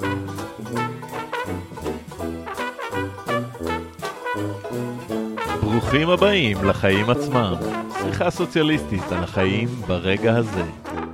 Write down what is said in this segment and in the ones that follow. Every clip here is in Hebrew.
ברוכים הבאים לחיים עצמם, שיחה סוציאליסטית על החיים ברגע הזה.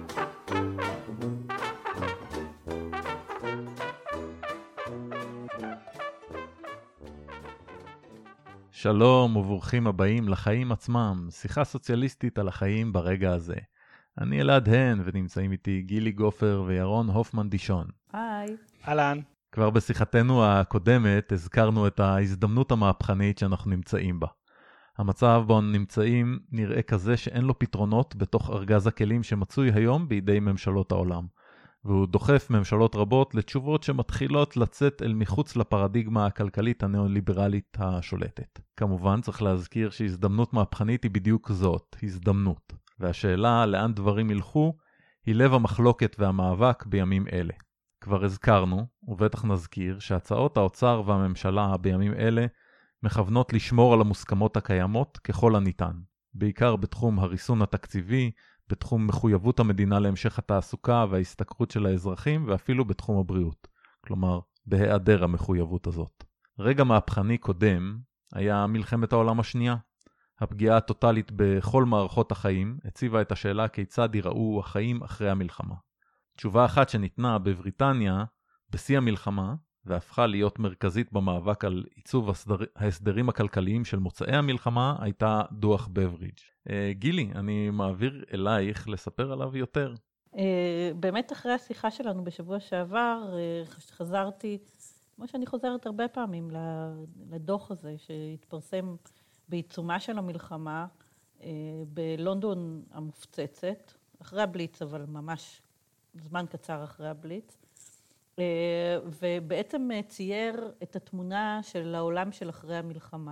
שלום וברוכים הבאים לחיים עצמם, שיחה סוציאליסטית על החיים ברגע הזה. אני אלעד הן ונמצאים איתי גילי גופר וירון הופמן דישון. היי. אהלן. כבר בשיחתנו הקודמת הזכרנו את ההזדמנות המהפכנית שאנחנו נמצאים בה. המצב בו נמצאים נראה כזה שאין לו פתרונות בתוך ארגז הכלים שמצוי היום בידי ממשלות העולם. והוא דוחף ממשלות רבות לתשובות שמתחילות לצאת אל מחוץ לפרדיגמה הכלכלית הנאו-ליברלית השולטת. כמובן צריך להזכיר שהזדמנות מהפכנית היא בדיוק זאת, הזדמנות. והשאלה לאן דברים ילכו היא לב המחלוקת והמאבק בימים אלה. כבר הזכרנו, ובטח נזכיר, שהצעות האוצר והממשלה בימים אלה מכוונות לשמור על המוסכמות הקיימות ככל הניתן, בעיקר בתחום הריסון התקציבי, בתחום מחויבות המדינה להמשך התעסוקה וההסתכרות של האזרחים, ואפילו בתחום הבריאות, כלומר, בהיעדר המחויבות הזאת. רגע מהפכני קודם היה מלחמת העולם השנייה. הפגיעה הטוטלית בכל מערכות החיים הציבה את השאלה כיצד ייראו החיים אחרי המלחמה. תשובה אחת שניתנה בבריטניה בשיא המלחמה, והפכה להיות מרכזית במאבק על עיצוב ההסדרים הכלכליים של מוצאי המלחמה, הייתה דוח בברידג'. גילי, אני מעביר אלייך לספר עליו יותר. באמת אחרי השיחה שלנו בשבוע שעבר, חזרתי, כמו שאני חוזרת הרבה פעמים, לדוח הזה שהתפרסם בעיצומה של המלחמה, בלונדון המופצצת, אחרי הבליץ, אבל ממש זמן קצר אחרי הבליץ, ובעצם צייר את התמונה של העולם של אחרי המלחמה.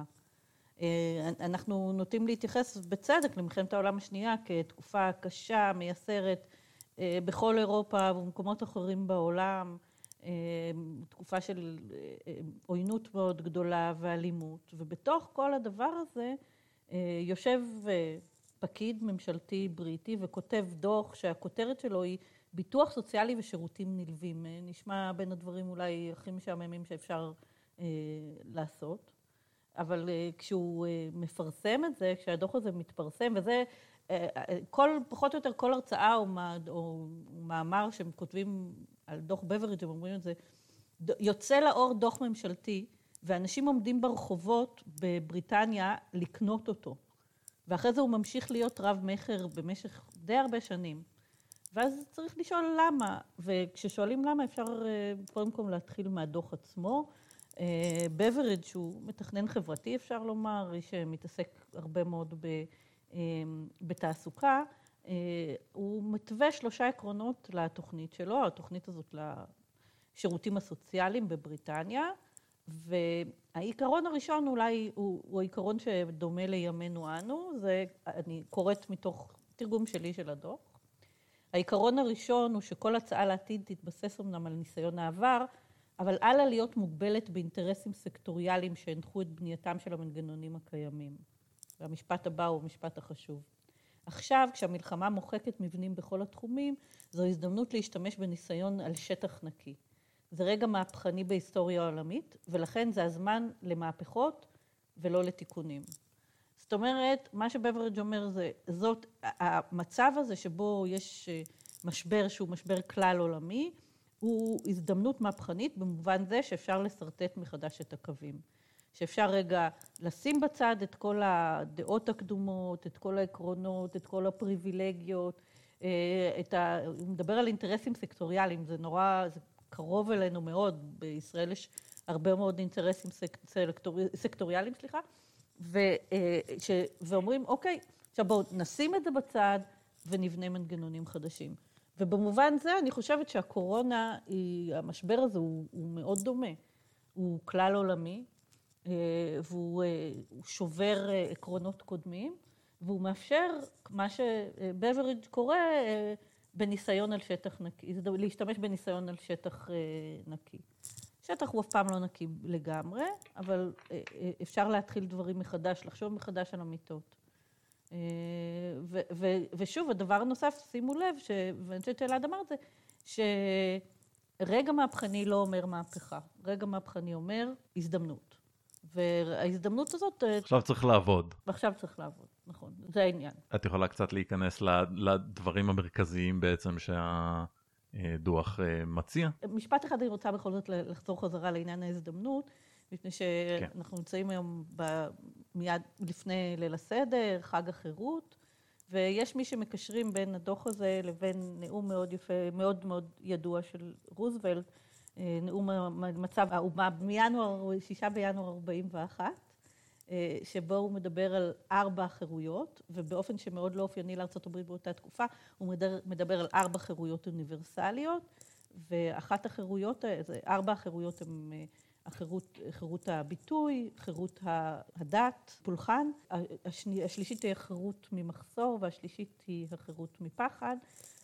אנחנו נוטים להתייחס בצדק למלחמת העולם השנייה כתקופה קשה, מייסרת בכל אירופה ובמקומות אחרים בעולם, תקופה של עוינות מאוד גדולה ואלימות, ובתוך כל הדבר הזה יושב פקיד ממשלתי בריטי וכותב דוח שהכותרת שלו היא ביטוח סוציאלי ושירותים נלווים. נשמע בין הדברים אולי הכי משעממים שאפשר לעשות. אבל כשהוא מפרסם את זה, כשהדוח הזה מתפרסם, וזה פחות או יותר כל הרצאה או מאמר שהם כותבים על דוח בברידג' הם אומרים את זה, יוצא לאור דוח ממשלתי, ואנשים עומדים ברחובות בבריטניה לקנות אותו. ואחרי זה הוא ממשיך להיות רב מחר במשך די הרבה שנים. ואז צריך לשאול למה, וכששואלים למה אפשר קודם כל להתחיל מהדוח עצמו. בברידג' שהוא מתכנן חברתי אפשר לומר, איש שמתעסק הרבה מאוד בתעסוקה, הוא מתווה 3 עקרונות לתוכנית שלו, התוכנית הזאת לשירותים הסוציאליים בבריטניה, והעיקרון הראשון אולי הוא העיקרון שדומה לימינו אנו, זה אני קוראת מתוך תרגום שלי של הדוח. העיקרון הראשון הוא שכל הצעה לעתיד תתבסס אמנם על ניסיון העבר, אבל עלה להיות מוגבלת באינטרסים סקטוריאליים שהנחו את בנייתם של המנגנונים הקיימים. והמשפט הבא הוא המשפט החשוב. עכשיו, כשהמלחמה מוחקת מבנים בכל התחומים, זו הזדמנות להשתמש בניסיון על שטח נקי. זה רגע מהפכני בהיסטוריה העולמית, ולכן זה הזמן למהפכות ולא לתיקונים. זאת אומרת, מה שבברידג' אומר זה, זאת, המצב הזה שבו יש משבר שהוא משבר כלל עולמי, הוא הזדמנות מהפכנית במובן זה שאפשר לסרטט מחדש את הקווים. שאפשר רגע לשים בצד את כל הדעות הקדומות, את כל העקרונות, את כל הפריבילגיות, הוא מדבר על אינטרסים סקטוריאליים, זה נורא, זה קרוב אלינו מאוד, בישראל יש הרבה מאוד אינטרסים סקטוריאליים, ואומרים, אוקיי, עכשיו בואו נשים את זה בצד ונבנה מנגנונים חדשים. ובמובן זה אני חושבת שהקורונה, המשבר הזה הוא מאוד דומה. הוא כלל עולמי, והוא שובר עקרונות קודמים, והוא מאפשר מה שבברידג' קורא בניסיון על שטח נקי, להשתמש בניסיון על שטח נקי. שטח הוא אף פעם לא נקי לגמרי, אבל אפשר להתחיל דברים מחדש, לחשוב מחדש על אמיתות. ושוב, הדבר הנוסף, שימו לב, ואני חושבת שאלעד אמר את זה, רגע מהפכני לא אומר מהפכה. רגע מהפכני אומר הזדמנות. וההזדמנות הזאת... עכשיו צריך לעבוד. ועכשיו צריך לעבוד, נכון. זה העניין. את יכולה קצת להיכנס לדברים המרכזיים בעצם שהדוח מציע? משפט אחד אני רוצה בכל זאת לחזור חזרה לעניין ההזדמנות, מפני שאנחנו נמצאים היום מיד לפני ליל הסדר, חג החירות, ויש מי שמקשרים בין הדוח הזה לבין נאום מאוד יפה, מאוד מאוד ידוע של רוזוולט, נאום מצב האומה ב-6 בינואר 41, שבו הוא מדבר על 4 חירויות, ובאופן שמאוד לא אופייני לארצות הברית באותה תקופה, הוא מדבר על 4 חירויות אוניברסליות, ואחת החירויות, 4 החירויות הן חירות הביטוי, חירות הדת, פולחן, השלישית היא החירות ממחסור, והשלישית היא החירות מפחד,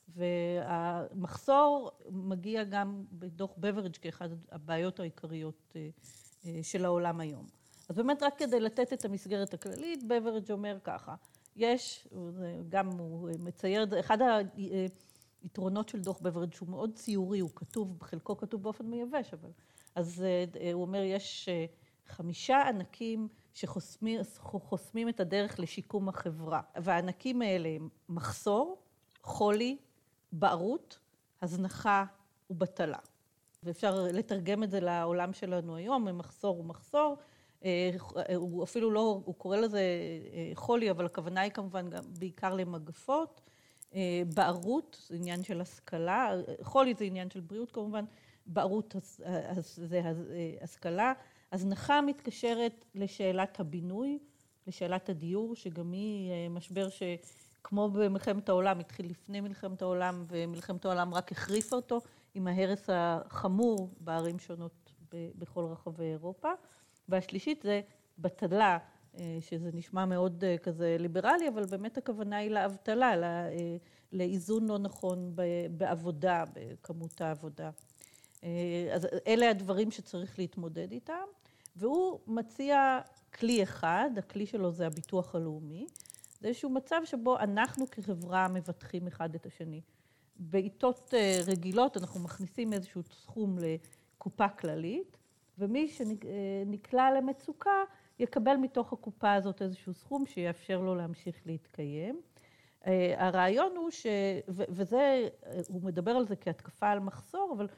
והמחסור מגיע גם בדוח בברידג' כאחד הבעיות העיקריות של העולם היום. אז באמת רק כדי לתת את המסגרת הכללית, בברידג' אומר ככה, יש, גם הוא מצייר, אחד היתרונות של דוח בברידג' שהוא מאוד ציורי, הוא כתוב, בחלקו כתוב באופן מייבש, אבל אז הוא אומר, יש 5 ענקים שחוסמים את הדרך לשיקום החברה. והענקים האלה הם מחסור, חולי, בערות, הזנחה ובטלה. ואפשר לתרגם את זה לעולם שלנו היום, מחסור הוא מחסור. הוא אפילו לא, הוא קורא לזה חולי, אבל הכוונה היא כמובן גם בעיקר למגפות. בערות זה עניין של השכלה, חולי זה עניין של בריאות כמובן, בערות זה השכלה. הזנחה מתקשרת לשאלת הבינוי, לשאלת הדיור, שגם היא משבר שכמו במלחמת העולם, התחיל לפני מלחמת העולם, ומלחמת העולם רק החריפה אותו, עם ההרס החמור בערים שונות בכל רחבי אירופה. והשלישית זה בטלה, שזה נשמע מאוד כזה ליברלי, אבל באמת הכוונה היא לאבטלה, לאיזון לא נכון בעבודה, בכמות העבודה. אז אלה הדברים שצריך להתמודד איתם, והוא מציע כלי אחד, הכלי שלו זה הביטוח הלאומי, זה איזשהו מצב שבו אנחנו כחברה מבטחים אחד את השני. בעיתות רגילות אנחנו מכניסים איזשהו סכום לקופה כללית, ומי שנקלע למצוקה יקבל מתוך הקופה הזאת איזשהו סכום שיאפשר לו להמשיך להתקיים. הרעיון הוא וזה, הוא מדבר על זה כהתקפה על מחסור, אבל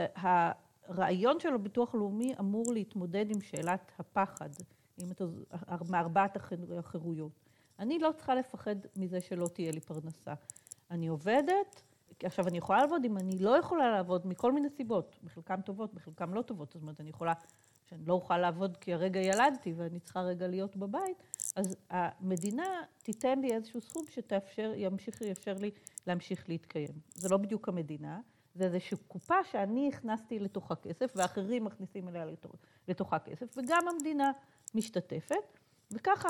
הרעיון של הביטוח הלאומי אמור להתמודד עם שאלת הפחד, מארבעת החירויות. אני לא צריכה לפחד מזה שלא תהיה לי פרנסה. אני עובדת, עכשיו אני יכולה לעבוד, אם אני לא יכולה לעבוד מכל מיני סיבות, בחלקם טובות, בחלקם לא טובות, זאת אומרת, שאני לא אוכל לעבוד כי הרגע ילדתי ואני צריכה רגע להיות בבית, אז המדינה תיתן לי איזשהו סכום יאפשר לי להמשיך להתקיים. זה לא בדיוק המדינה, זה איזושהי קופה שאני הכנסתי לתוכה כסף, ואחרים מכניסים אליה לתוכה כסף, וגם המדינה משתתפת, וככה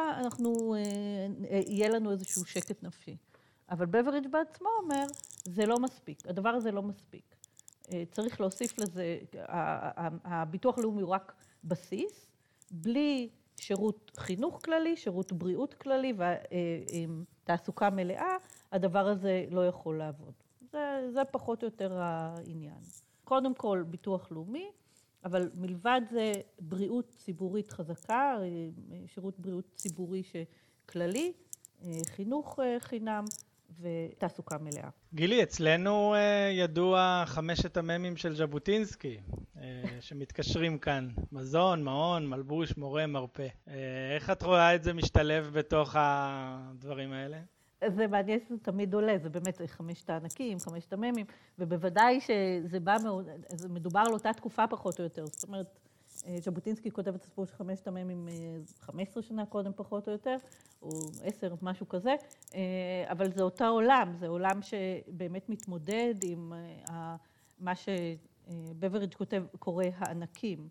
יהיה לנו איזשהו שקט נפשי. אבל בברידג' בעצמו אומר, זה לא מספיק, הדבר הזה לא מספיק. צריך להוסיף לזה, הביטוח הלאומי הוא רק בסיס, בלי שירות חינוך כללי, שירות בריאות כללי ותעסוקה מלאה, הדבר הזה לא יכול לעבוד. זה פחות או יותר העניין. קודם כל ביטוח לאומי, אבל מלבד זה בריאות ציבורית חזקה, שירות בריאות ציבורי כללי, חינוך חינם ותעסוקה מלאה. גילי, אצלנו ידוע 5 המ"מים של ז'בוטינסקי, שמתקשרים כאן, מזון, מעון, מלבוש, מורה, מרפא. איך את רואה את זה משתלב בתוך הדברים האלה? זה מעניין שזה תמיד עולה, זה באמת 5 הענקים, 5 המ"מים, ובוודאי שזה בא זה מדובר על אותה תקופה פחות או יותר, זאת אומרת, ז'בוטינסקי כותב את הסיפור של 5 המ"מים 15 שנה קודם פחות או יותר, או 10, משהו כזה, אבל זה אותו עולם, זה עולם שבאמת מתמודד עם מה שבברידג' קורא הענקים.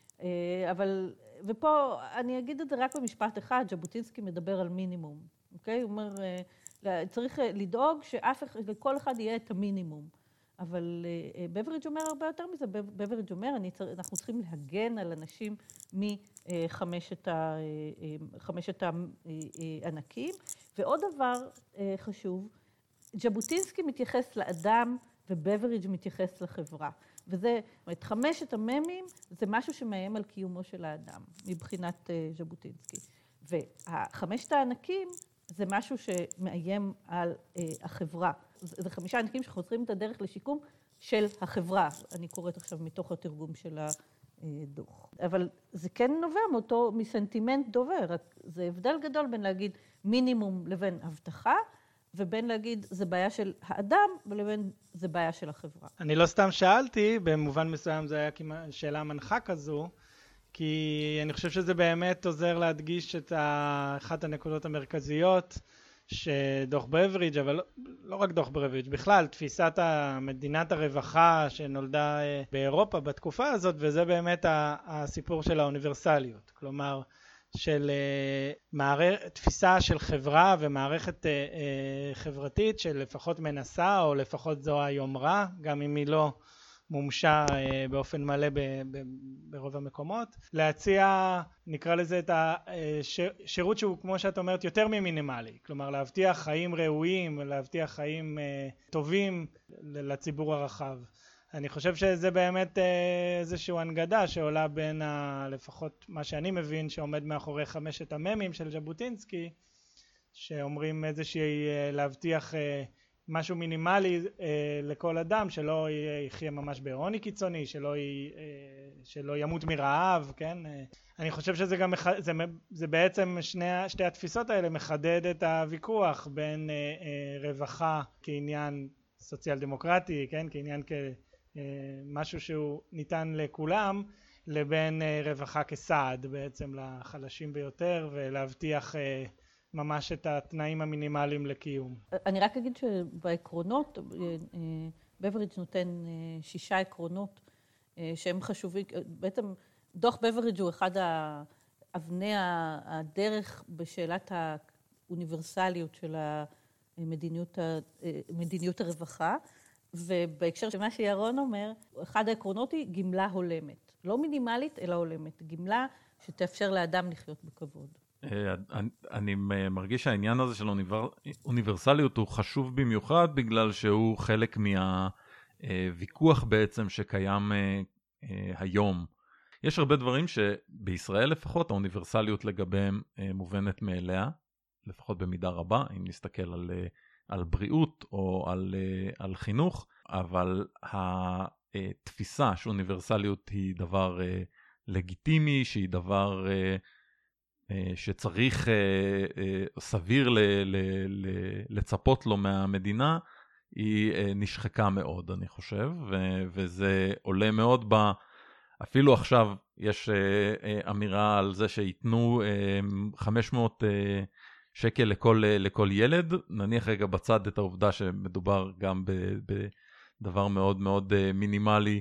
ופה אני אגיד את זה רק במשפט אחד, ז'בוטינסקי מדבר על מינימום, אוקיי? הוא אומר, צריך לדאוג לכל אחד יהיה את המינימום. אבל בברידג' אומר הרבה יותר מזה, בברידג' אומר, אנחנו צריכים להגן על אנשים מחמשת הענקים. ועוד דבר חשוב, ז'בוטינסקי מתייחס לאדם ובברידג' מתייחס לחברה. וזה, זאת אומרת, 5 המ"מים זה משהו שמאיים על קיומו של האדם, מבחינת ז'בוטינסקי. ו5 הענקים זה משהו שמאיים על החברה. זה 5 ענקים שחוזרים את הדרך לשיקום של החברה. אני קוראת עכשיו מתוך התרגום של הדוח. אבל זה כן נובע מסנטימנט דובר. זה הבדל גדול בין להגיד מינימום לבין הבטחה, ובין להגיד זה בעיה של האדם, ולבין זה בעיה של החברה. אני לא סתם שאלתי, במובן מסוים זה היה שאלה מנחה כזו, כי אני חושב שזה באמת עוזר להדגיש את אחת הנקודות המרכזיות שדוח בברידג', אבל לא רק דוח בברידג', בכלל תפיסת מדינת הרווחה שנולדה באירופה בתקופה הזאת, וזה באמת הסיפור של האוניברסליות. כלומר, של תפיסה של חברה ומערכת חברתית שלפחות מנסה, או לפחות זו היומרה, גם אם היא לא מומשה באופן מלא ברוב המקומות, להציע, נקרא לזה, את השירות שהוא, כמו שאת אומרת, יותר ממינימלי. כלומר, להבטיח חיים ראויים, להבטיח חיים טובים לציבור הרחב. אני חושב שזה באמת איזושהי הנגדה שעולה בין, לפחות מה שאני מבין, שעומד מאחורי 5 המ"מים של ז'בוטינסקי, שאומרים איזושהי להבטיח משהו מינימלי לכל אדם, שלא יחיה ממש בעוני קיצוני, שלא ימות מרעב, כן? אני חושב שזה גם, זה בעצם שתי התפיסות האלה מחדד את הוויכוח בין רווחה כעניין סוציאל דמוקרטי, כן? כעניין משהו שהוא ניתן לכולם, לבין רווחה כסעד בעצם לחלשים ביותר, ולהבטיח ממש את התנאים המינימליים לקיום. אני רק אגיד שבעקרונות, בברידג' נותן 6 עקרונות שהם חשובים. בעצם דוח בברידג' הוא אחד אבני הדרך בשאלת האוניברסליות של מדיניות הרווחה, ובהקשר של מה שירון אומר, אחד העקרונות היא גמלה הולמת. לא מינימלית, אלא הולמת. גמלה שתאפשר לאדם לחיות בכבוד. אני מרגיש שהעניין הזה של אוניברסליות הוא חשוב במיוחד, בגלל שהוא חלק מהוויכוח בעצם שקיים היום. יש הרבה דברים שבישראל לפחות האוניברסליות לגביהם מובנת מאליה, לפחות במידה רבה, אם נסתכל על בריאות או על חינוך, אבל התפיסה שאוניברסליות היא דבר לגיטימי, שהיא דבר שצריך סביר לצפות לו מהמדינה, היא נשחקה מאוד, אני חושב, וזה עולה מאוד אפילו עכשיו יש אמירה על זה שיתנו 500 שקל לכל ילד. נניח רגע בצד את העובדה שמדובר גם בדבר מאוד מאוד מינימלי,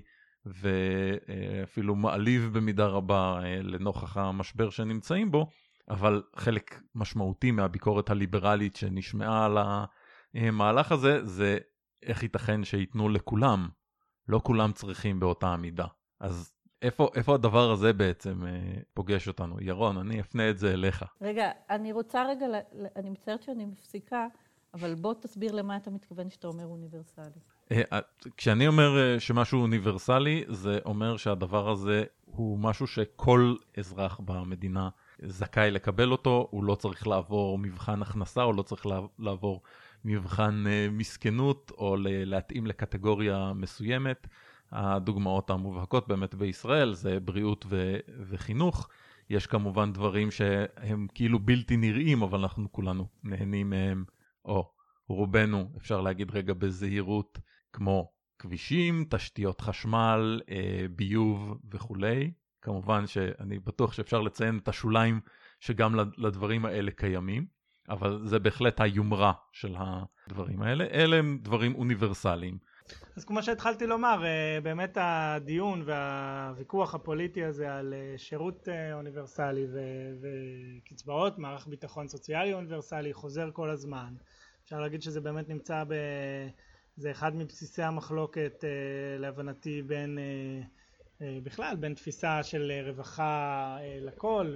ואפילו מעליב במידה רבה לנוכח המשבר שנמצאים בו, אבל חלק משמעותי מהביקורת הליברלית שנשמעה על המהלך הזה, זה איך ייתכן שיתנו לכולם, לא כולם צריכים באותה המידה. אז איפה הדבר הזה בעצם פוגש אותנו? ירון, אני אפנה את זה אליך. רגע, אני רוצה אני מצטערת שאני מפסיקה, אבל בוא תסביר למה אתה מתכוון שאתה אומר אוניברסלי. כשאני אומר שמשהו אוניברסלי, זה אומר שהדבר הזה הוא משהו שכל אזרח במדינה זכאי לקבל אותו, הוא לא צריך לעבור מבחן הכנסה, או לא צריך לעבור מבחן מסכנות, או להתאים לקטגוריה מסוימת. הדוגמאות המובהקות באמת בישראל זה בריאות וחינוך. יש כמובן דברים שהם כאילו בלתי נראים, אבל אנחנו כולנו נהנים מהם, או רובנו, אפשר להגיד רגע בזהירות, כמו כבישים, תשתיות חשמל, ביוב וכולי. כמובן שאני בטוח שאפשר לציין את השוליים שגם לדברים האלה קיימים, אבל זה בהחלט היומרה של הדברים האלה. אלה הם דברים אוניברסליים. אז כמו שהתחלתי לומר, באמת הדיון והוויכוח הפוליטי הזה על שירות אוניברסלי וקצבאות, מערך ביטחון סוציאלי אוניברסלי, חוזר כל הזמן. אפשר להגיד שזה באמת נמצא זה אחד מבסיסי המחלוקת להבנתי בין בכלל, בין תפיסה של רווחה לכל,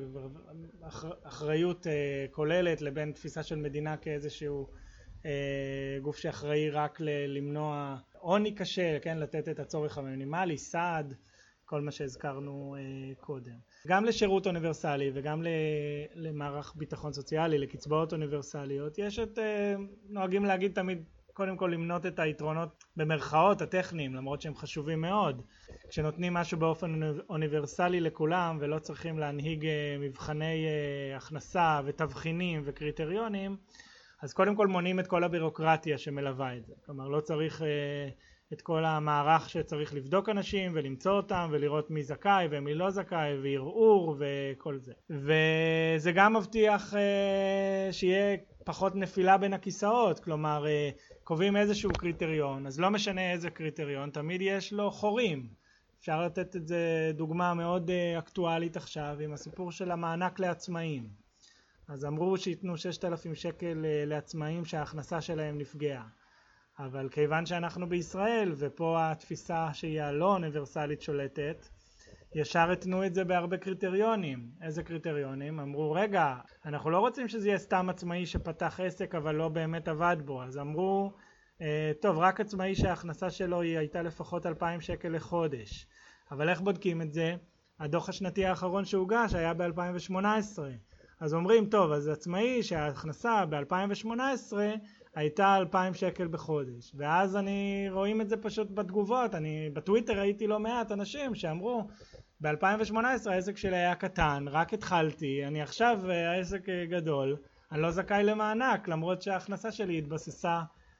אחריות כוללת, לבין תפיסה של מדינה כאיזשהו גוף שאחראי רק למנוע עוני קשה, כן, לתת את הצורך המינימלי, סעד, כל מה שהזכרנו קודם. גם לשירות אוניברסלי וגם למערך ביטחון סוציאלי, לקצבאות אוניברסליות, יש נוהגים להגיד תמיד, קודם כל למנות את היתרונות במרכאות הטכניים, למרות שהם חשובים מאוד. כשנותנים משהו באופן אוניברסלי לכולם ולא צריכים להנהיג מבחני הכנסה ותבחינים וקריטריונים, אז קודם כל מונים את כל הבירוקרטיה שמלווה את זה. כלומר, לא צריך את כל המערך שצריך לבדוק אנשים ולמצוא אותם ולראות מי זכאי ומי לא זכאי וערעור וכל זה. וזה גם מבטיח שיהיה פחות נפילה בין הכיסאות, כלומר קובעים איזשהו קריטריון, אז לא משנה איזה קריטריון, תמיד יש לו חורים. אפשר לתת את זה דוגמה מאוד אקטואלית עכשיו עם הסיפור של המענק לעצמאים. אז אמרו שיתנו 6,000 שקל לעצמאים שההכנסה שלהם נפגעה. אבל כיוון שאנחנו בישראל, ופה התפיסה שהיא הלא אוניברסלית שולטת, ישר התנו את זה בהרבה קריטריונים. איזה קריטריונים? אמרו, רגע, אנחנו לא רוצים שזה יהיה סתם עצמאי שפתח עסק אבל לא באמת עבד בו. אז אמרו, טוב, רק עצמאי שההכנסה שלו היא הייתה לפחות 2,000 שקל לחודש. אבל איך בודקים את זה? הדוח השנתי האחרון שהוגש היה ב-2018. אז אומרים, טוב, אז עצמאי שההכנסה ב-2018 הייתה 2,000 שקל בחודש. ואז רואים את זה פשוט בתגובות. בטוויטר ראיתי לא מעט אנשים שאמרו, ב-2018 העסק שלי היה קטן, רק התחלתי, אני עכשיו העסק גדול, אני לא זכאי למענק, למרות שההכנסה שלי התבססה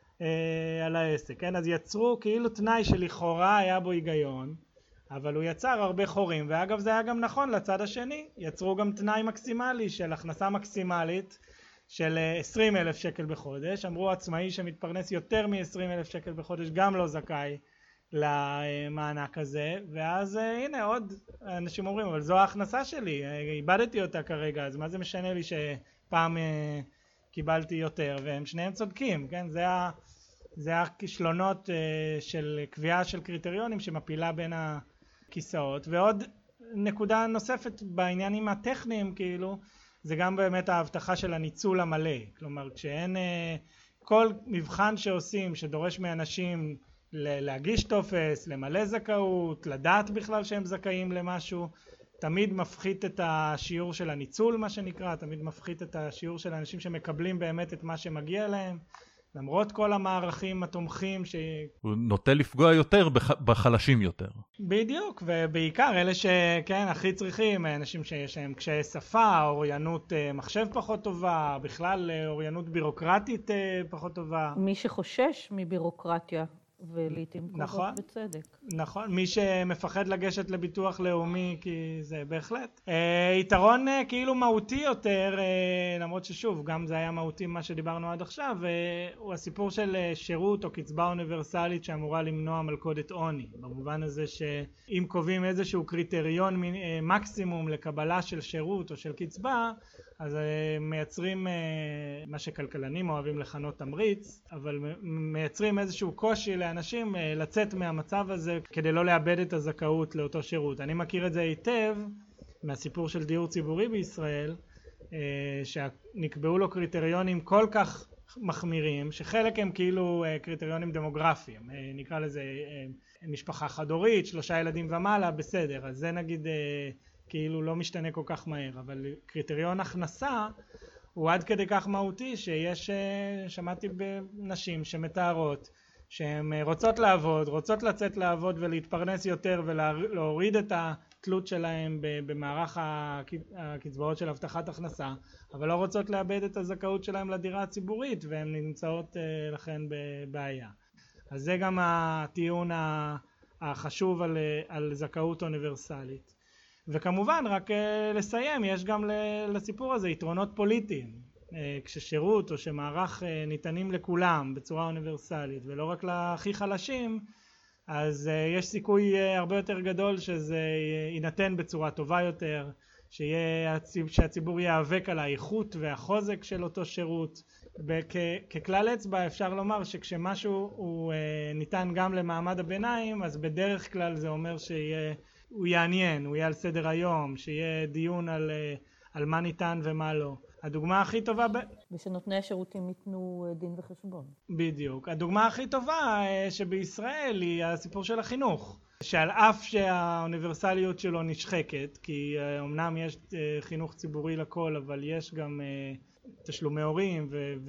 על העסק. כן? אז יצרו כאילו תנאי שלכאורה היה בו היגיון, אבל הוא יצר הרבה חורים, ואגב זה היה גם נכון לצד השני, יצרו גם תנאי מקסימלי של הכנסה מקסימלית של 20,000 שקל בחודש, אמרו עצמאי שמתפרנס יותר מ-20,000 שקל בחודש גם לא זכאי למענק הזה, ואז הנה עוד אנשים אומרים, אבל זו ההכנסה שלי, איבדתי אותה כרגע, אז מה זה משנה לי שפעם קיבלתי יותר, והם שניהם צודקים, כן? זה הכישלונות של קביעה של קריטריונים שמפילה בין הכיסאות. ועוד נקודה נוספת בעניינים הטכניים, כאילו, זה גם באמת ההבטחה של הניצול המלא. כלומר, כשאין כל מבחן שעושים שדורש מאנשים להגיש טופס, למלא זכאות, לדעת בכלל שהם זכאים למשהו, תמיד מפחית את השיעור של הניצול, מה שנקרא, תמיד מפחית את השיעור של האנשים שמקבלים באמת את מה שמגיע להם. למרות כל המערכים התומכים הוא נוטה לפגוע יותר בחלשים יותר. בדיוק, ובעיקר אלה שכן הכי צריכים, אנשים שיש להם קשיי שפה, אוריינות מחשב פחות טובה, בכלל אוריינות בירוקרטית פחות טובה. מי שחושש מבירוקרטיה, ולעיתים נכון, קרובות בצדק. נכון, מי שמפחד לגשת לביטוח לאומי, כי זה בהחלט. יתרון כאילו מהותי יותר, למרות ששוב, גם זה היה מהותי מה שדיברנו עד עכשיו, הוא הסיפור של שירות או קצבה אוניברסלית שאמורה למנוע מלכודת עוני. במובן הזה שאם קובעים איזשהו קריטריון מקסימום לקבלה של שירות או של קצבה, אז מייצרים מה שכלכלנים אוהבים לכנות תמריץ, אבל מייצרים איזשהו קושי לאנשים לצאת מהמצב הזה כדי לא לאבד את הזכאות לאותו שירות. אני מכיר את זה היטב מהסיפור של דיור ציבורי בישראל, שנקבעו לו קריטריונים כל כך מחמירים, שחלק הם כאילו קריטריונים דמוגרפיים, נקרא לזה משפחה חד-הורית, 3 ילדים ומעלה, בסדר, אז זה נגיד כאילו לא משתנה כל כך מהר, אבל קריטריון הכנסה הוא עד כדי כך מהותי שיש, שמעתי בנשים שמתארות שהן רוצות לעבוד, רוצות לצאת לעבוד ולהתפרנס יותר ולהוריד את התלות שלהן במערך הקצבאות של הבטחת הכנסה, אבל לא רוצות לאבד את הזכאות שלהן לדירה הציבורית, והן נמצאות לכן בבעיה. אז זה גם הטיעון החשוב על זכאות אוניברסלית. וכמובן, רק לסיים, יש גם לסיפור הזה יתרונות פוליטיים. כששירות או שמערך ניתנים לכולם בצורה אוניברסלית ולא רק להכי חלשים, אז יש סיכוי הרבה יותר גדול שזה יינתן בצורה טובה יותר, שהציבור ייאבק על האיכות והחוזק של אותו שירות. ככלל אצבע אפשר לומר שכשמשהו הוא ניתן גם למעמד הביניים, אז בדרך כלל זה אומר שהוא יעניין, הוא יהיה על סדר היום, שיהיה דיון על מה ניתן ומה לא. הדוגמה הכי טובה ושנותני השירותים ייתנו דין וחשבון. בדיוק. הדוגמה הכי טובה שבישראל היא הסיפור של החינוך. שעל אף שהאוניברסליות שלו נשחקת, כי אמנם יש חינוך ציבורי לכל, אבל יש גם תשלומי הורים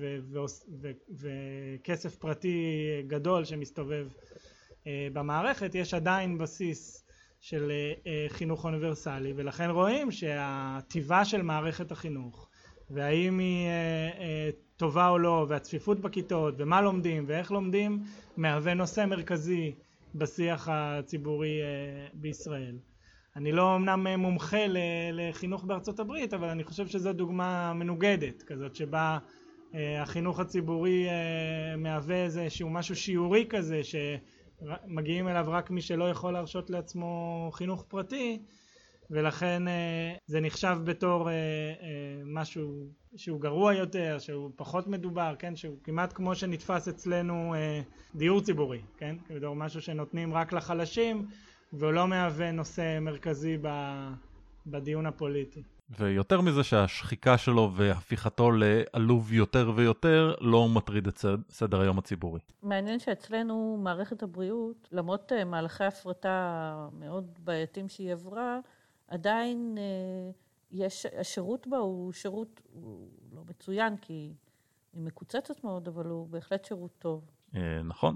וכסף פרטי גדול שמסתובב במערכת, יש עדיין בסיס של חינוך אוניברסלי, ולכן רואים שהטבעה של מערכת החינוך, והאם היא טובה או לא, והצפיפות בכיתות, ומה לומדים ואיך לומדים, מהווה נושא מרכזי בשיח הציבורי בישראל. אני לא אמנם מומחה לחינוך בארצות הברית, אבל אני חושב שזו דוגמה מנוגדת, כזאת שבה החינוך הציבורי מהווה איזשהו משהו שיעורי כזה, שמגיעים אליו רק מי שלא יכול להרשות לעצמו חינוך פרטי, ולכן זה נחשב בתור משהו שהוא גרוע יותר, שהוא פחות מדובר, כן? שהוא כמעט כמו שנתפס אצלנו דיור ציבורי, כן? בתור משהו שנותנים רק לחלשים, ולא מהווה נושא מרכזי בדיון הפוליטי. ויותר מזה שהשחיקה שלו והפיכתו לעלוב יותר ויותר לא מטריד את סדר היום הציבורי. מעניין שאצלנו מערכת הבריאות, למרות מהלכי הפרטה מאוד בעייתים שהיא עברה, עדיין השירות בה הוא שירות, הוא לא מצוין כי היא מקוצצת מאוד, אבל הוא בהחלט שירות טוב. נכון,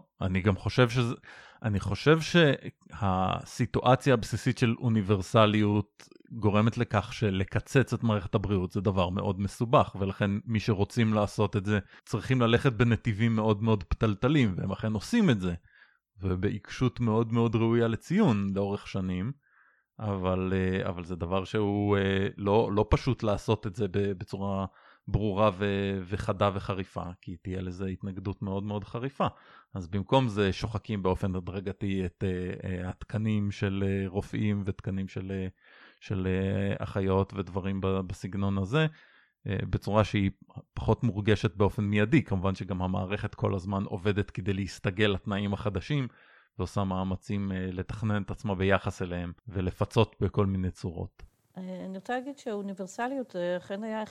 אני חושב שהסיטואציה הבסיסית של אוניברסליות גורמת לכך שלקצץ את מערכת הבריאות זה דבר מאוד מסובך, ולכן מי שרוצים לעשות את זה צריכים ללכת בנתיבים מאוד מאוד פתלתלים, והם אכן עושים את זה, ובעיקשות מאוד מאוד ראויה לציון לאורך שנים, אבל זה דבר שהוא לא פשוט לעשות את זה בצורה ברורה וחדה וחריפה, כי תהיה לזה התנגדות מאוד מאוד חריפה. אז במקום זה שוחקים באופן הדרגתי את התקנים של רופאים ותקנים של אחיות ודברים בסגנון הזה, בצורה שהיא פחות מורגשת באופן מיידי. כמובן שגם המערכת כל הזמן עובדת כדי להסתגל לתנאים החדשים, ועושה מאמצים לתכנן את עצמה ביחס אליהם ולפצות בכל מיני צורות. אני רוצה להגיד שהאוניברסליות אכן היה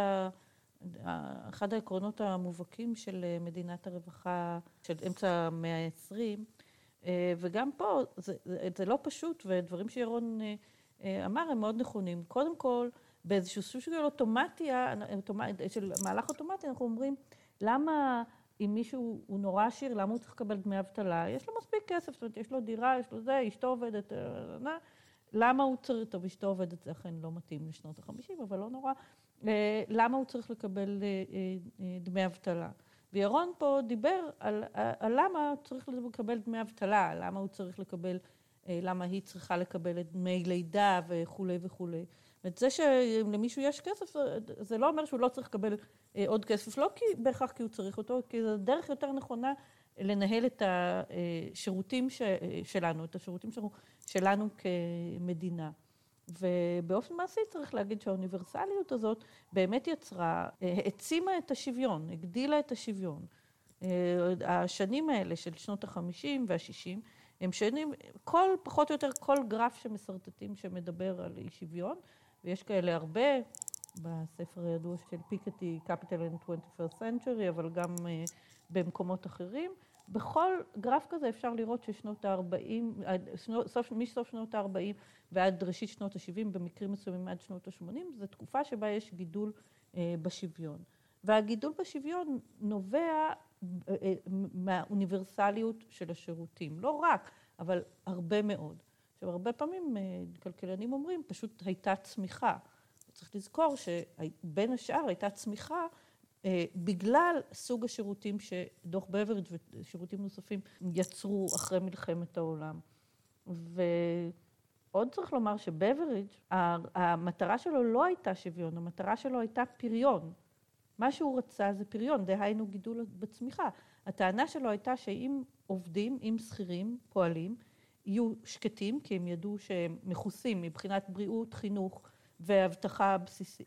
אחד העקרונות המובהקים של מדינת הרווחה של אמצע המאה ה-20, וגם פה זה לא פשוט, ודברים שירון אמר הם מאוד נכונים. קודם כל, באיזשהו סוג של של מהלך אוטומטי, אנחנו אומרים, למה אם מישהו הוא נורא עשיר, למה הוא צריך לקבל דמי אבטלה? יש לו מספיק כסף, זאת אומרת, יש לו דירה, יש לו זה, אשתו עובדת, למה הוא צריך, טוב, אשתו עובדת, זה אכן לא מתאים לשנות ה-50, אבל לא נורא, למה הוא צריך לקבל דמי אבטלה? וירון פה דיבר על למה צריך לקבל דמי אבטלה, למה הוא צריך לקבל, למה היא צריכה לקבל את דמי לידה וכו' וכו'. ואת זה שלמישהו יש כסף, זה לא אומר שהוא לא צריך לקבל עוד כסף, לא בהכרח כי הוא צריך אותו, כי זו דרך יותר נכונה לנהל את השירותים שלנו, את השירותים שלנו כמדינה. ובאופן מעשי צריך להגיד שהאוניברסליות הזאת באמת יצרה, העצימה את השוויון, הגדילה את השוויון. השנים האלה של שנות ה-50 וה-60, הם שנים, פחות או יותר כל גרף שמסרטטים שמדבר על אי שוויון, ויש כאלה הרבה, בספר הידוע של פיקטי, Capital in 21st Century, אבל גם במקומות אחרים. בכל גרף כזה אפשר לראות ששנות ה-40, מסוף שנות ה-40 ועד ראשית שנות ה-70, במקרים מסוימים עד שנות ה-80, זו תקופה שבה יש גידול בשוויון. והגידול בשוויון נובע מהאוניברסליות של השירותים. לא רק, אבל הרבה מאוד. עכשיו, הרבה פעמים כלכלנים אומרים, פשוט הייתה צמיחה. צריך לזכור שבין השאר הייתה צמיחה בגלל סוג השירותים שדוח בברידג' ושירותים נוספים יצרו אחרי מלחמת העולם. ועוד צריך לומר שבברידג' המטרה שלו לא הייתה שוויון, המטרה שלו הייתה פריון. מה שהוא רצה זה פריון, דהיינו גידול בצמיחה. הטענה שלו הייתה שאם עובדים, אם שכירים, פועלים, יהיו שקטים, כי הם ידעו שהם מכוסים מבחינת בריאות, חינוך והבטחה בסיסית,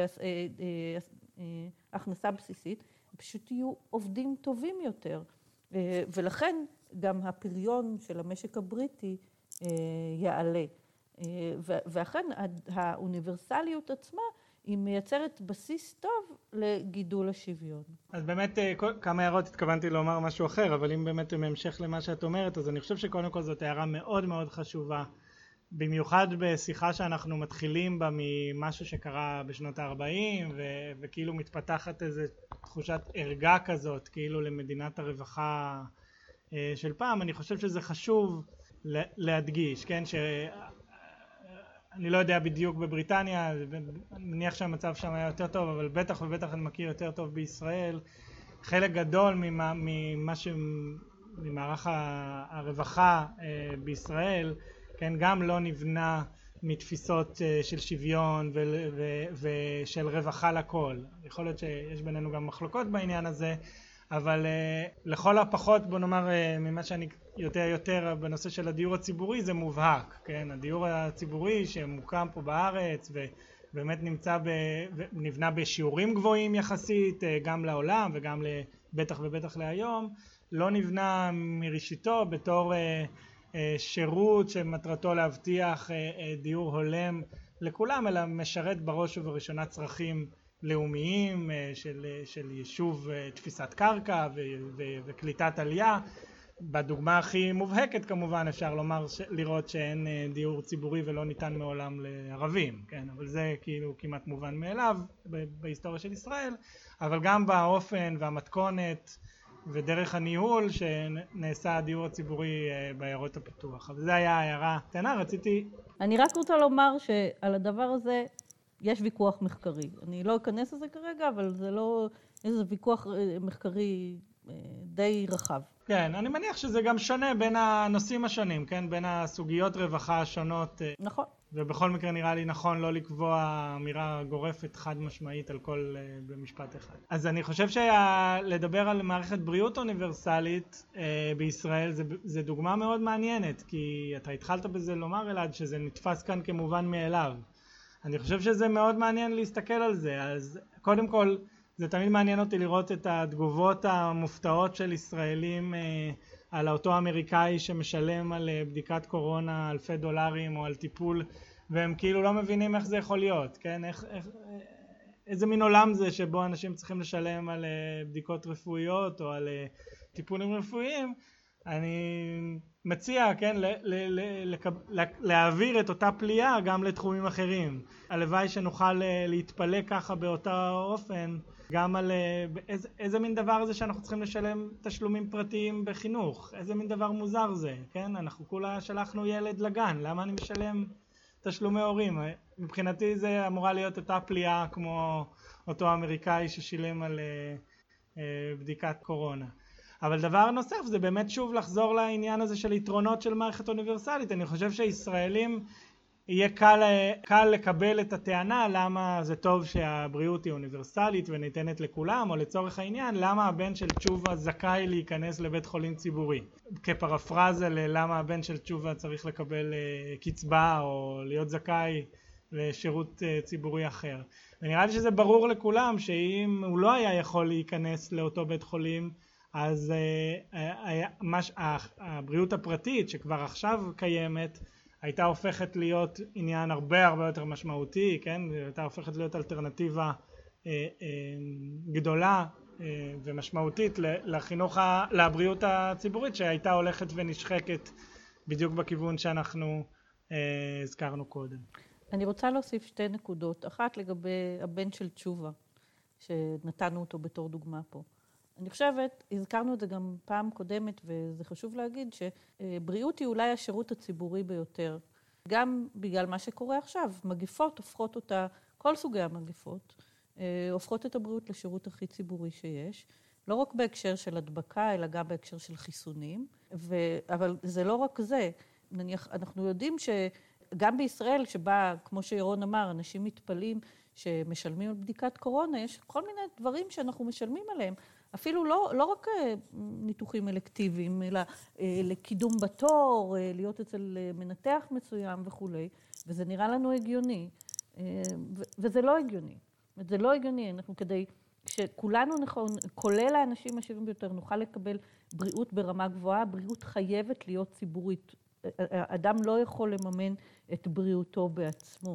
והכנסה בסיסית, פשוט יהיו עובדים טובים יותר. ולכן גם הפריון של המשק הבריטי יעלה. ואכן האוניברסליות עצמה היא מייצרת בסיס טוב לגידול השוויון. אז באמת כמה הערות התכוונתי לומר משהו אחר, אבל אם באמת בהמשך למה שאת אומרת, אז אני חושב שקודם כל זאת הערה מאוד מאוד חשובה, במיוחד בשיחה שאנחנו מתחילים בה ממשהו שקרה בשנות ה-40, וכאילו מתפתחת איזו תחושת ערגה כזאת, כאילו למדינת הרווחה של פעם. אני חושב שזה חשוב להדגיש, כן, אני לא יודע בדיוק בבריטניה, אני מניח שהמצב שם היה יותר טוב, אבל בטח ובטח אני מכיר יותר טוב בישראל. חלק גדול ממערך הרווחה בישראל, כן, גם לא נבנה מתפיסות של שוויון ושל רווחה לכל. יכול להיות שיש בינינו גם מחלוקות בעניין הזה, אבל לכל הפחות, בוא נאמר, ממה שאני יותר בנושא של הדיור הציבורי, זה מובהק, כן? הדיור הציבורי שמוקם פה בארץ ובאמת נבנה בשיעורים גבוהים יחסית, גם לעולם וגם בטח ובטח להיום, לא נבנה מראשיתו בתור שירות שמטרתו להבטיח דיור הולם לכולם, אלא משרת בראש ובראשונה צרכים לאומיים של יישוב, תפיסת קרקע וקליטת עלייה. בדוגמה הכי מובהקת כמובן אפשר לראות שאין דיור ציבורי ולא ניתן מעולם לערבים, כן? אבל זה כאילו כמעט מובן מאליו בהיסטוריה של ישראל, אבל גם באופן והמתכונת ודרך הניהול שנעשה הדיור הציבורי בעיירות הפיתוח. אבל זה היה הערה קטנה, אני רק רוצה לומר שעל הדבר הזה יש ויכוח מחקרי. אני לא אכנס לזה כרגע, אבל זה לא איזה ויכוח מחקרי די רחב. כן, אני מניח שזה גם שונה בין הנושאים השונים, כן? בין הסוגיות רווחה השונות. נכון. ובכל מקרה נראה לי נכון לא לקבוע אמירה גורפת חד משמעית על כל במשפט אחד. אז אני חושב שלדבר על מערכת בריאות אוניברסלית בישראל זה דוגמה מאוד מעניינת, כי אתה התחלת בזה לומר אלעד שזה נתפס כאן כמובן מאליו. אני חושב שזה מאוד מעניין להסתכל על זה. אז קודם כל זה תמיד מעניין אותי לראות את התגובות המופתעות של ישראלים על אותו אמריקאי שמשלם על בדיקת קורונה $אלפי או על טיפול, והם כאילו לא מבינים איך זה יכול להיות, כן? איזה מין עולם זה שבו אנשים צריכים לשלם על בדיקות רפואיות או על טיפולים רפואיים. אני מציע, כן, להעביר את אותה פליאה גם לתחומים אחרים. הלוואי שנוכל להתפלא ככה באותה אופן גם על איזה מין דבר זה שאנחנו צריכים לשלם תשלומים פרטיים בחינוך. איזה מין דבר מוזר זה, כן? אנחנו כולה שלחנו ילד לגן, למה אני משלם תשלומי הורים? מבחינתי זה אמורה להיות אותה פליאה כמו אותו אמריקאי ששילם על בדיקת קורונה. אבל דבר נוסף זה באמת שוב לחזור לעניין הזה של יתרונות של מערכת אוניברסלית. אני חושב שישראלים יהיה קל לקבל את הטענה למה זה טוב שהבריאות היא אוניברסלית וניתנת לכולם, או לצורך העניין למה הבן של תשובה זכאי להיכנס לבית חולים ציבורי, כפרפרזה ללמה הבן של תשובה צריך לקבל קצבה או להיות זכאי לשירות ציבורי אחר. ונראה לי שזה ברור לכולם שאם הוא לא היה יכול להיכנס לאותו בית חולים, אז הבריאות הפרטית שכבר עכשיו קיימת הייתה הופכת להיות עניין הרבה יותר משמעותי, כן? הייתה הופכת להיות אלטרנטיבה גדולה ומשמעותית לבריאות הציבורית שהייתה הולכת ונשחקת בדיוק בכיוון שאנחנו הזכרנו קודם. אני רוצה להוסיף שתי נקודות. אחת לגבי הבן של תשובה, שנתנו אותו בתור דוגמה פה. אני חושבת, הזכרנו את זה גם פעם קודמת, וזה חשוב להגיד שבריאות היא אולי השירות הציבורי ביותר. גם בגלל מה שקורה עכשיו, מגפות הופכות אותה, כל סוגי המגפות, הופכות את הבריאות לשירות הכי ציבורי שיש. לא רק בהקשר של הדבקה, אלא גם בהקשר של חיסונים. אבל זה לא רק זה. נניח, אנחנו יודעים שגם בישראל, שבה, כמו שירון אמר, אנשים מתפלים שמשלמים על בדיקת קורונה, יש כל מיני דברים שאנחנו משלמים עליהם. אפילו לא רק ניתוחים אלקטיביים, אלא לקידום בתור, להיות אצל מנתח מסוים וכו'. וזה נראה לנו הגיוני. וזה לא הגיוני. זה לא הגיוני. אנחנו כדי שכולנו נכון, כולל האנשים העשירים ביותר, נוכל לקבל בריאות ברמה גבוהה, בריאות חייבת להיות ציבורית. אדם לא יכול לממן את בריאותו בעצמו.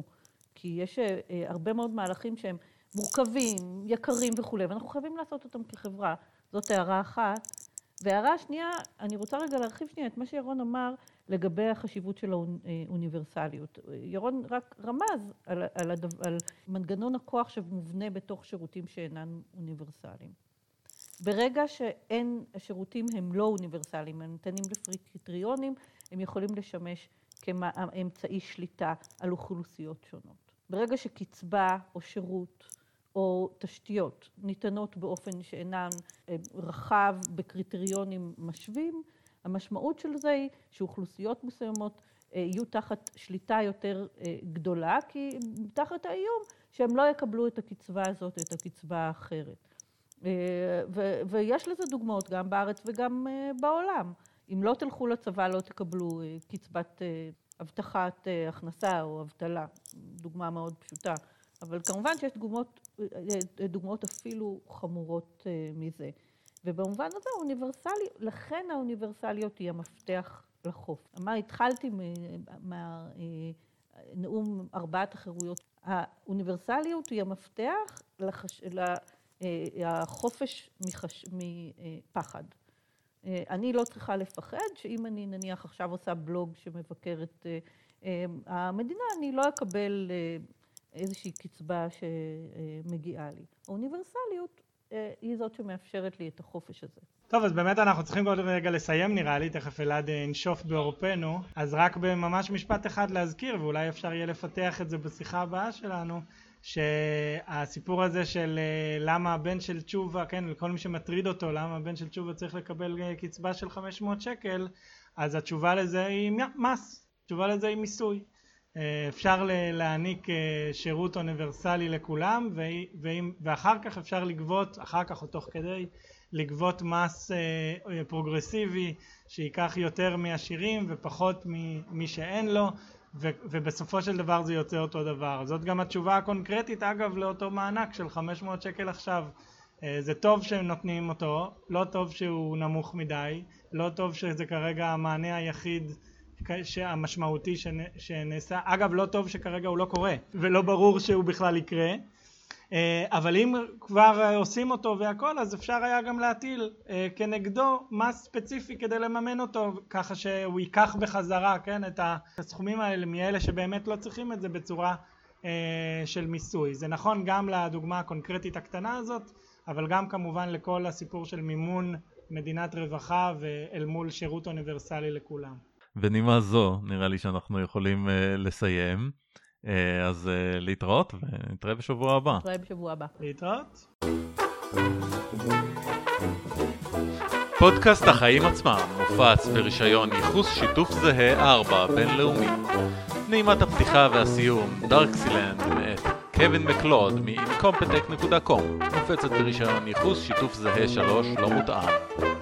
כי יש הרבה מאוד מהלכים שהם מורכבים, יקרים וכו', ואנחנו חייבים לעשות אותם כחברה. זאת הערה אחת. והערה השנייה, אני רוצה רגע להרחיב שנייה את מה שירון אמר לגבי החשיבות של האוניברסליות. ירון רק רמז על מנגנון הכוח שמובנה בתוך שירותים שאינם אוניברסליים. ברגע שאין, השירותים הם לא אוניברסליים, הם ניתנים לפי קריטריונים, הם יכולים לשמש כאמצעי שליטה על אוכלוסיות שונות. ברגע שקצבה או שירות או תשתיות ניתנות באופן שאינן רחב בקריטריונים משווים, המשמעות של זה היא שאוכלוסיות מסוימות יהיו תחת שליטה יותר גדולה, כי תחת האיום שהם לא יקבלו את הקצבה הזאת, את הקצבה האחרת. ויש לזה דוגמאות גם בארץ וגם בעולם. אם לא תלכו לצבא לא תקבלו קצבת הבטחת הכנסה או אבטלה, דוגמה מאוד פשוטה. אבל כמובן שיש דוגמאות אפילו חמורות מזה. ובמובן הזה לכן האוניברסליות היא המפתח לחוף. התחלתי מהנאום 4 החירויות. האוניברסליות היא המפתח לחופש מפחד. אני לא צריכה לפחד שאם אני נניח עכשיו עושה בלוג שמבקר את המדינה, אני לא אקבל איזושהי קצבה שמגיעה לי. האוניברסליות היא זאת שמאפשרת לי את החופש הזה. טוב, אז באמת אנחנו צריכים עוד רגע לסיים נראה לי, תכף אלעד נשוף בעורפנו, אז רק בממש משפט אחד להזכיר, ואולי אפשר יהיה לפתח את זה בשיחה הבאה שלנו, שהסיפור הזה של למה הבן של תשובה, כן, לכל מי שמטריד אותו, למה הבן של תשובה צריך לקבל קצבה של 500 שקל, אז התשובה לזה היא מס, התשובה לזה היא מיסוי. אפשר להעניק שירות אוניברסלי לכולם, ואחר כך אפשר לגבות, אחר כך או תוך כדי, לגבות מס פרוגרסיבי שיקח יותר מעשירים ופחות ממי שאין לו, ובסופו של דבר זה יוצא אותו דבר. זאת גם התשובה הקונקרטית אגב לאותו מענק של 500 שקל עכשיו. זה טוב שהם נותנים אותו, לא טוב שהוא נמוך מדי, לא טוב שזה כרגע המענה היחיד המשמעותי שנעשה. אגב, לא טוב שכרגע הוא לא קורה ולא ברור שהוא בכלל יקרה, אבל אם כבר עושים אותו והכל, אז אפשר היה גם להטיל כנגדו מס ספציפי כדי לממן אותו, ככה שהוא ייקח בחזרה, כן, את הסכומים האלה מאלה שבאמת לא צריכים את זה בצורה של מיסוי. זה נכון גם לדוגמה הקונקרטית הקטנה הזאת, אבל גם כמובן לכל הסיפור של מימון מדינת רווחה ואל מול שירות אוניברסלי לכולם. בנימה זו נראה לי שאנחנו יכולים לסיים, אז להתראות ונתראה בשבוע הבא. נתראה בשבוע הבא. להתראות. פודקאסט החיים עצמם מופץ ברישיון ייחוס שיתוף זהה 4 בינלאומי. נעימת הפתיחה והסיום דארקסילנד מאת קווין מקלוד מ-incompetech.com, מופצת ברישיון ייחוס שיתוף זהה 3 לא מותאם.